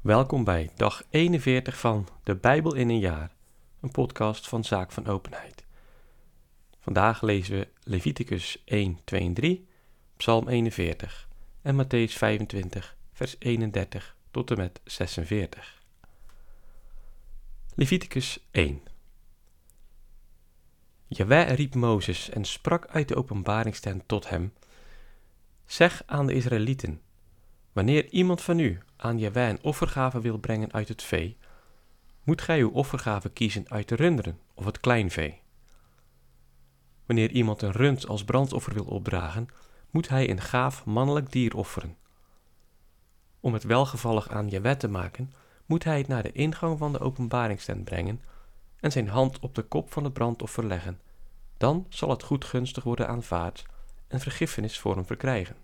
Welkom bij dag 41 van De Bijbel in een jaar, een podcast van Zaak van Openheid. Vandaag lezen we Leviticus 1, 2 en 3, Psalm 41 en Mattheüs 25, vers 31 tot en met 46. Leviticus 1. Jahweh riep Mozes en sprak uit de openbaringstent tot hem: Zeg aan de Israëlieten: wanneer iemand van u aan Jahweh een offergave wil brengen uit het vee, moet gij uw offergave kiezen uit de runderen of het kleinvee. Wanneer iemand een rund als brandoffer wil opdragen, moet hij een gaaf mannelijk dier offeren. Om het welgevallig aan Jahweh te maken, moet hij het naar de ingang van de openbaringstent brengen en zijn hand op de kop van het brandoffer leggen. Dan zal het goedgunstig worden aanvaard en vergiffenis voor hem verkrijgen.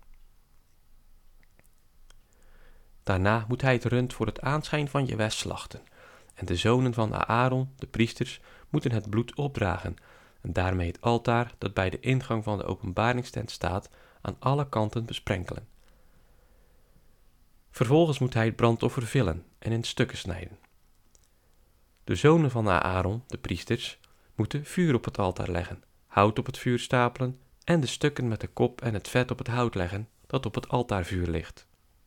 Daarna moet hij het rund voor het aanschijn van Jahweh slachten, en de zonen van Aaron, de priesters, moeten het bloed opdragen en daarmee het altaar dat bij de ingang van de openbaringstent staat aan alle kanten besprenkelen. Vervolgens moet hij het brandoffer villen en in stukken snijden. De zonen van Aaron, de priesters, moeten vuur op het altaar leggen, hout op het vuur stapelen en de stukken met de kop en het vet op het hout leggen dat op het altaarvuur ligt.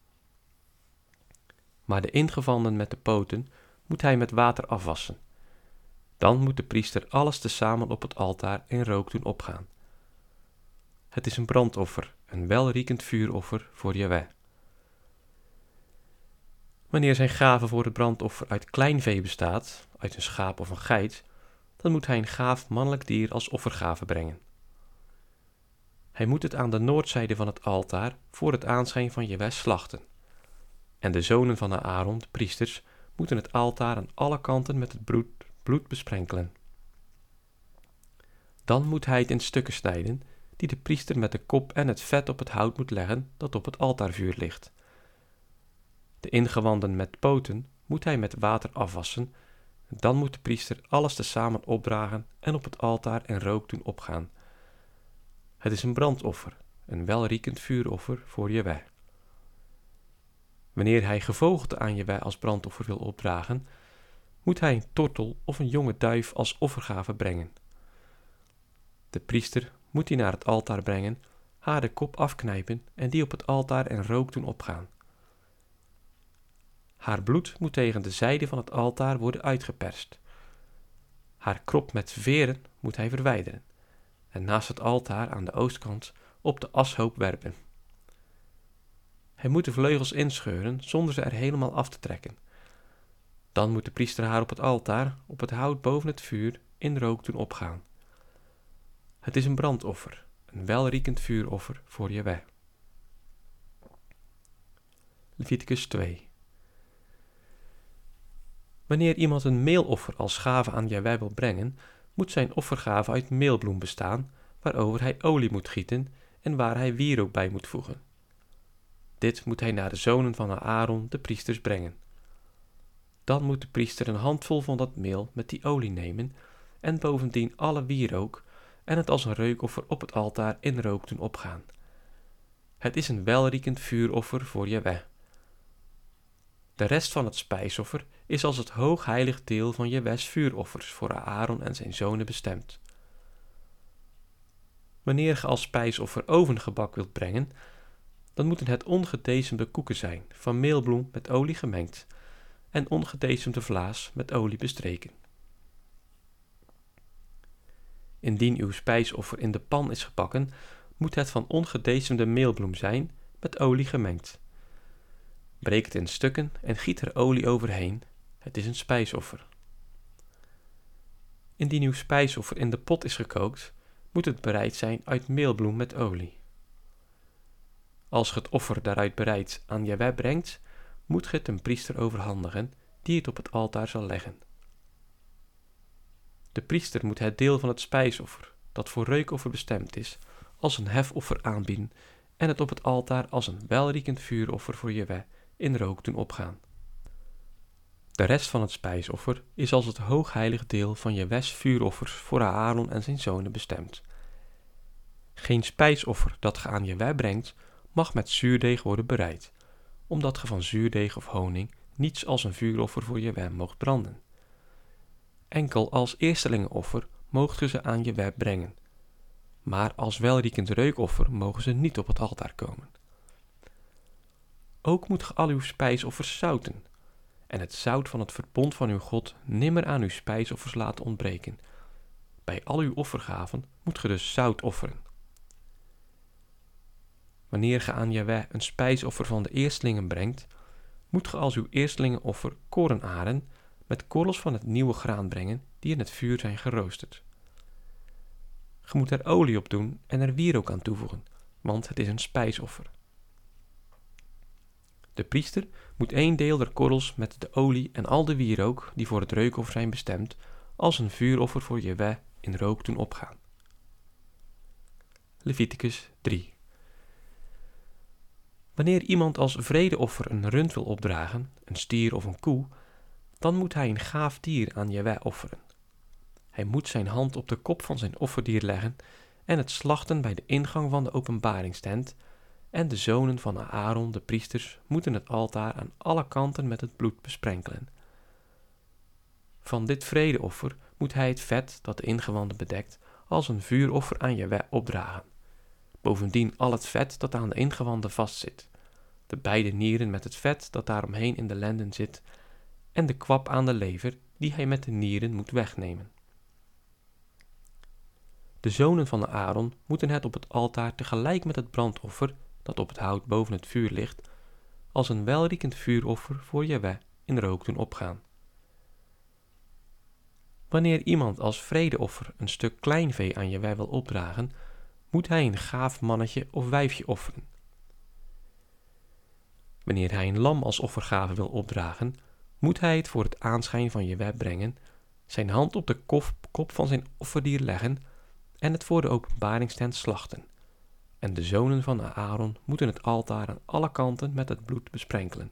Maar de ingewanden met de poten moet hij met water afwassen. Dan moet de priester alles tezamen op het altaar in rook doen opgaan. Het is een brandoffer, een welriekend vuuroffer voor Jahweh. Wanneer zijn gave voor het brandoffer uit klein vee bestaat, uit een schaap of een geit, dan moet hij een gaaf mannelijk dier als offergave brengen. Hij moet het aan de noordzijde van het altaar voor het aanschijn van Jahweh slachten. En de zonen van Aaron, de priesters, moeten het altaar aan alle kanten met het bloed besprenkelen. Dan moet hij het in stukken snijden, die de priester met de kop en het vet op het hout moet leggen dat op het altaarvuur ligt. De ingewanden met poten moet hij met water afwassen. Dan moet de priester alles tezamen opdragen en op het altaar in rook doen opgaan. Het is een brandoffer, een welriekend vuuroffer voor Jahweh. Wanneer hij gevogelte aan Jahweh als brandoffer wil opdragen, moet hij een tortel of een jonge duif als offergave brengen. De priester moet die naar het altaar brengen, haar de kop afknijpen en die op het altaar in rook doen opgaan. Haar bloed moet tegen de zijde van het altaar worden uitgeperst. Haar krop met veren moet hij verwijderen en naast het altaar aan de oostkant op de ashoop werpen. Hij moet de vleugels inscheuren zonder ze er helemaal af te trekken. Dan moet de priester haar op het altaar, op het hout boven het vuur, in rook doen opgaan. Het is een brandoffer, een welriekend vuuroffer voor Jahweh. Leviticus 2. Wanneer iemand een meeloffer als gave aan Jahweh wil brengen, moet zijn offergave uit meelbloem bestaan, waarover hij olie moet gieten en waar hij wierook bij moet voegen. Dit moet hij naar de zonen van Aaron, de priesters, brengen. Dan moet de priester een handvol van dat meel met die olie nemen en bovendien alle wierook en het als een reukoffer op het altaar in rook doen opgaan. Het is een welriekend vuuroffer voor Jahweh. De rest van het spijsoffer is als het hoogheilig deel van Jahwehs vuuroffers voor Aaron en zijn zonen bestemd. Wanneer ge als spijsoffer ovengebak wilt brengen, dan moeten het ongedecemde koeken zijn, van meelbloem met olie gemengd, en ongedecemde vlaas met olie bestreken. Indien uw spijsoffer in de pan is gebakken, moet het van ongedecemde meelbloem zijn, met olie gemengd. Breek het in stukken en giet er olie overheen. Het is een spijsoffer. Indien uw spijsoffer in de pot is gekookt, moet het bereid zijn uit meelbloem met olie. Als ge het offer daaruit bereid aan Jahweh brengt, moet ge het een priester overhandigen, die het op het altaar zal leggen. De priester moet het deel van het spijsoffer, dat voor reukoffer bestemd is, als een hefoffer aanbieden en het op het altaar als een welriekend vuuroffer voor Jahweh in rook doen opgaan. De rest van het spijsoffer is als het hoogheilig deel van Jahwehs vuuroffers voor Aaron en zijn zonen bestemd. Geen spijsoffer dat ge aan Jahweh brengt, mag met zuurdeeg worden bereid, omdat ge van zuurdeeg of honing niets als een vuuroffer voor Jahweh moogt branden. Enkel als eerstelingenoffer moogt ge ze aan Jahweh brengen, maar als welriekend reukoffer mogen ze niet op het altaar komen. Ook moet ge al uw spijsoffers zouten, en het zout van het verbond van uw God nimmer aan uw spijsoffers laten ontbreken. Bij al uw offergaven moet ge dus zout offeren. Wanneer ge aan Jahweh een spijsoffer van de eerstelingen brengt, moet ge als uw eerstelingenoffer korenaren met korrels van het nieuwe graan brengen die in het vuur zijn geroosterd. Ge moet er olie op doen en er wierook aan toevoegen, want het is een spijsoffer. De priester moet 1 deel der korrels met de olie en al de wierook die voor het reukoffer zijn bestemd, als een vuuroffer voor Jahweh in rook doen opgaan. Leviticus 3. Wanneer iemand als vredeoffer een rund wil opdragen, een stier of een koe, dan moet hij een gaaf dier aan Jahweh offeren. Hij moet zijn hand op de kop van zijn offerdier leggen en het slachten bij de ingang van de openbaringstent, en de zonen van Aaron, de priesters, moeten het altaar aan alle kanten met het bloed besprenkelen. Van dit vredeoffer moet hij het vet dat de ingewanden bedekt als een vuuroffer aan Jahweh opdragen. Bovendien al het vet dat aan de ingewanden vastzit, de beide nieren met het vet dat daaromheen in de lenden zit, en de kwap aan de lever die hij met de nieren moet wegnemen. De zonen van Aaron moeten het op het altaar tegelijk met het brandoffer dat op het hout boven het vuur ligt, als een welriekend vuuroffer voor Jahweh in rook doen opgaan. Wanneer iemand als vredeoffer een stuk kleinvee aan Jahweh wil opdragen, moet hij een gaaf mannetje of wijfje offeren. Wanneer hij een lam als offergave wil opdragen, moet hij het voor het aanschijn van Jahweh brengen, zijn hand op de kop van zijn offerdier leggen en het voor de openbaringstent slachten. En de zonen van Aaron moeten het altaar aan alle kanten met het bloed besprenkelen.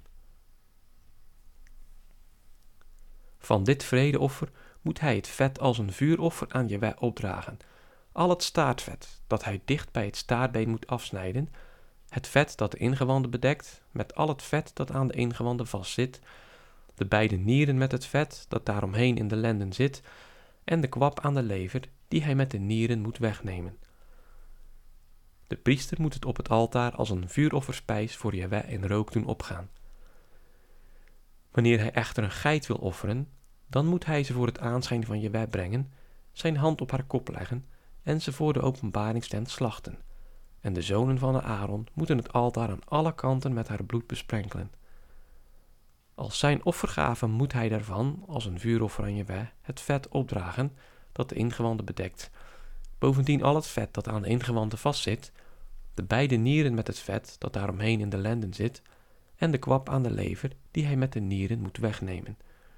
Van dit vredeoffer moet hij het vet als een vuuroffer aan Jahweh opdragen, al het staartvet dat hij dicht bij het staartbeen moet afsnijden, het vet dat de ingewanden bedekt, met al het vet dat aan de ingewanden vastzit, de beide nieren met het vet dat daaromheen in de lenden zit, en de kwap aan de lever die hij met de nieren moet wegnemen. De priester moet het op het altaar als een vuurofferspijs voor Jahweh in rook doen opgaan. Wanneer hij echter een geit wil offeren, dan moet hij ze voor het aanschijn van Jahweh brengen, zijn hand op haar kop leggen en ze voor de openbaringstent slachten. En de zonen van Aaron moeten het altaar aan alle kanten met haar bloed besprenkelen. Als zijn offergave moet hij daarvan, als een vuuroffer aan Jahweh, het vet opdragen dat de ingewanden bedekt. Bovendien al het vet dat aan de ingewanden vastzit, de beide nieren met het vet dat daaromheen in de lenden zit, en de kwap aan de lever die hij met de nieren moet wegnemen.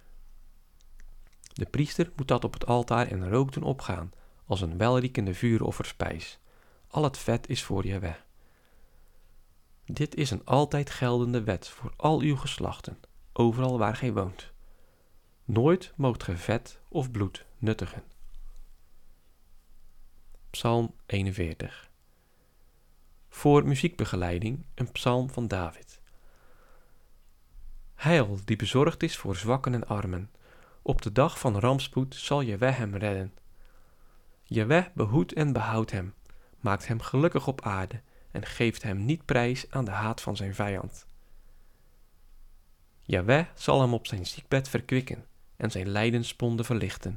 De priester moet dat op het altaar in rook doen opgaan, als een welriekende vuurofferspijs. Al het vet is voor Jahweh. Dit is een altijd geldende wet voor al uw geslachten, overal waar gij woont. Nooit moogt ge vet of bloed nuttigen. Psalm 41. Voor muziekbegeleiding een psalm van David. Heil die bezorgd is voor zwakken en armen. Op de dag van rampspoed zal Jahweh hem redden. Jahweh behoedt en behoudt hem, maakt hem gelukkig op aarde en geeft hem niet prijs aan de haat van zijn vijand. Jahweh zal hem op zijn ziekbed verkwikken en zijn lijdensponden verlichten.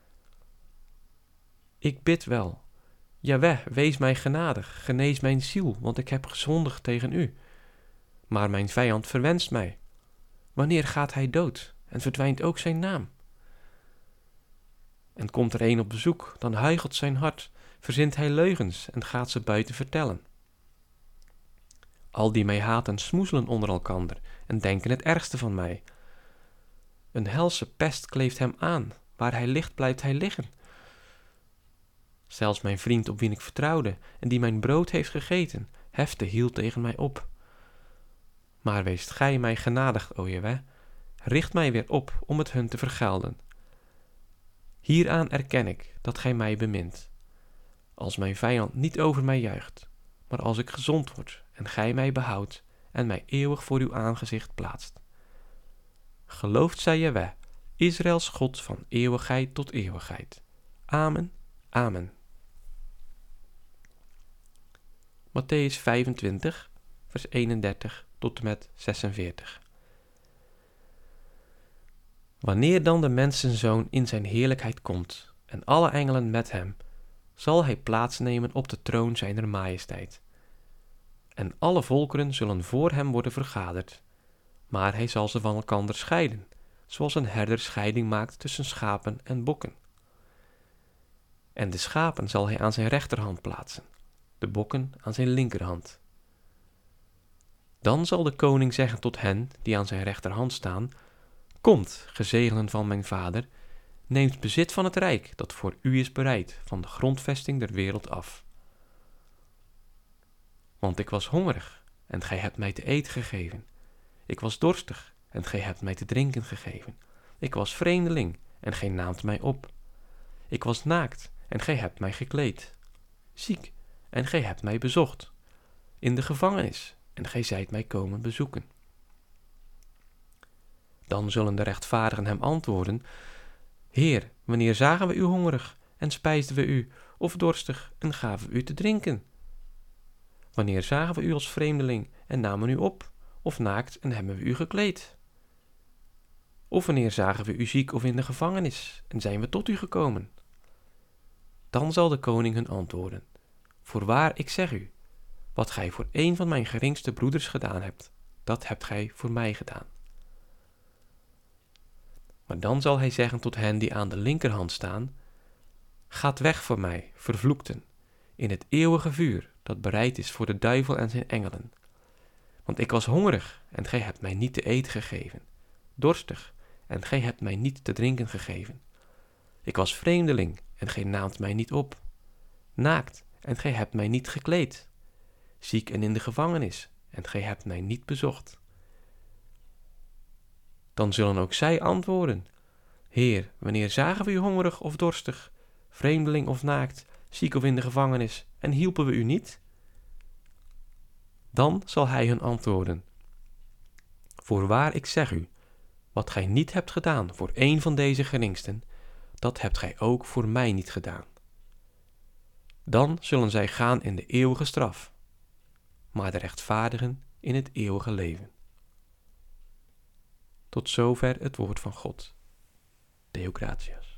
Ik bid wel, Jahweh, wees mij genadig, genees mijn ziel, want ik heb gezondigd tegen u. Maar mijn vijand verwenst mij. Wanneer gaat hij dood en verdwijnt ook zijn naam? En komt er een op bezoek, dan huichelt zijn hart, verzint hij leugens en gaat ze buiten vertellen. Al die mij haten smoezelen onder elkander en denken het ergste van mij. Een helse pest kleeft hem aan, waar hij ligt blijft hij liggen. Zelfs mijn vriend op wie ik vertrouwde en die mijn brood heeft gegeten, heft de hiel tegen mij op. Maar weest gij mij genadig, o Jahweh, richt mij weer op om het hun te vergelden. Hieraan erken ik dat gij mij bemint. Als mijn vijand niet over mij juicht, maar als ik gezond word en gij mij behoudt en mij eeuwig voor uw aangezicht plaatst. Geloofd zij Jahweh, Israëls God van eeuwigheid tot eeuwigheid. Amen, amen. Mattheüs 25, vers 31 tot en met 46. Wanneer dan de mensenzoon in zijn heerlijkheid komt en alle engelen met hem, zal hij plaatsnemen op de troon zijner majesteit. En alle volkeren zullen voor hem worden vergaderd, maar hij zal ze van elkander scheiden, zoals een herder scheiding maakt tussen schapen en bokken. En de schapen zal hij aan zijn rechterhand plaatsen, de bokken aan zijn linkerhand. Dan zal de koning zeggen tot hen die aan zijn rechterhand staan: Komt, gezegenden van mijn vader, neemt bezit van het rijk dat voor u is bereid van de grondvesting der wereld af. Want ik was hongerig, en gij hebt mij te eten gegeven. Ik was dorstig, en gij hebt mij te drinken gegeven. Ik was vreemdeling, en gij naamt mij op. Ik was naakt, en gij hebt mij gekleed. Ziek, en gij hebt mij bezocht. In de gevangenis, en gij zijt mij komen bezoeken. Dan zullen de rechtvaardigen hem antwoorden: Heer, wanneer zagen we u hongerig, en spijsden we u, of dorstig, en gaven we u te drinken? Wanneer zagen we u als vreemdeling, en namen u op, of naakt, en hebben we u gekleed? Of wanneer zagen we u ziek of in de gevangenis, en zijn we tot u gekomen? Dan zal de koning hun antwoorden: Voorwaar, ik zeg u, wat gij voor een van mijn geringste broeders gedaan hebt, dat hebt gij voor mij gedaan. Maar dan zal hij zeggen tot hen die aan de linkerhand staan: Gaat weg voor mij, vervloekten, in het eeuwige vuur dat bereid is voor de duivel en zijn engelen. Want ik was hongerig, en gij hebt mij niet te eten gegeven, dorstig, en gij hebt mij niet te drinken gegeven. Ik was vreemdeling, en gij naamt mij niet op, naakt, en gij hebt mij niet gekleed, ziek en in de gevangenis, en gij hebt mij niet bezocht. Dan zullen ook zij antwoorden: Heer, wanneer zagen we u hongerig of dorstig, vreemdeling of naakt, ziek of in de gevangenis, en hielpen we u niet? Dan zal hij hun antwoorden: Voorwaar, ik zeg u, wat gij niet hebt gedaan voor een van deze geringsten, dat hebt gij ook voor mij niet gedaan. Dan zullen zij gaan in de eeuwige straf, maar de rechtvaardigen in het eeuwige leven. Tot zover het woord van God. Deo gratias.